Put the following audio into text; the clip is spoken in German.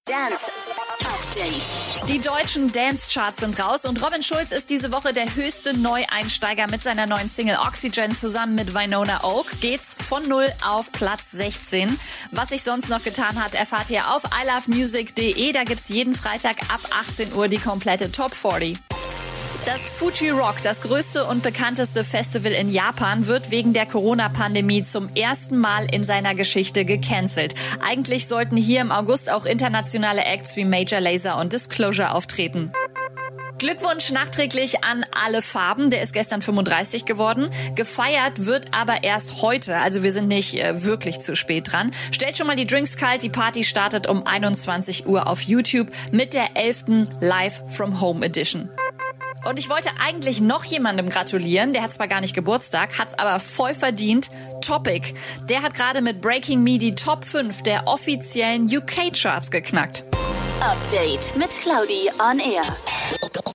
Dance Update. Die deutschen Dance-Charts sind raus und Robin Schulz ist diese Woche der höchste Neueinsteiger mit seiner neuen Single Oxygen. Zusammen mit Winona Oak geht's von 0 auf Platz 16. Was sich sonst noch getan hat, erfahrt ihr auf ilovemusic.de. Da gibt's jeden Freitag ab 18 Uhr die komplette Top 40. Das Fuji Rock, das größte und bekannteste Festival in Japan, wird wegen der Corona-Pandemie zum ersten Mal in seiner Geschichte gecancelt. Eigentlich sollten hier im August auch internationale Acts wie Major Lazer und Disclosure auftreten. Glückwunsch nachträglich an Alle Farben, der ist gestern 35 geworden. Gefeiert wird aber erst heute, also wir sind nicht wirklich zu spät dran. Stellt schon mal die Drinks kalt, die Party startet um 21 Uhr auf YouTube mit der 11. Live from Home Edition. Und ich wollte eigentlich noch jemandem gratulieren, der hat zwar gar nicht Geburtstag, hat's aber voll verdient. Topic. Der hat gerade mit Breaking Me die Top 5 der offiziellen UK-Charts geknackt. Update mit Claudi on Air.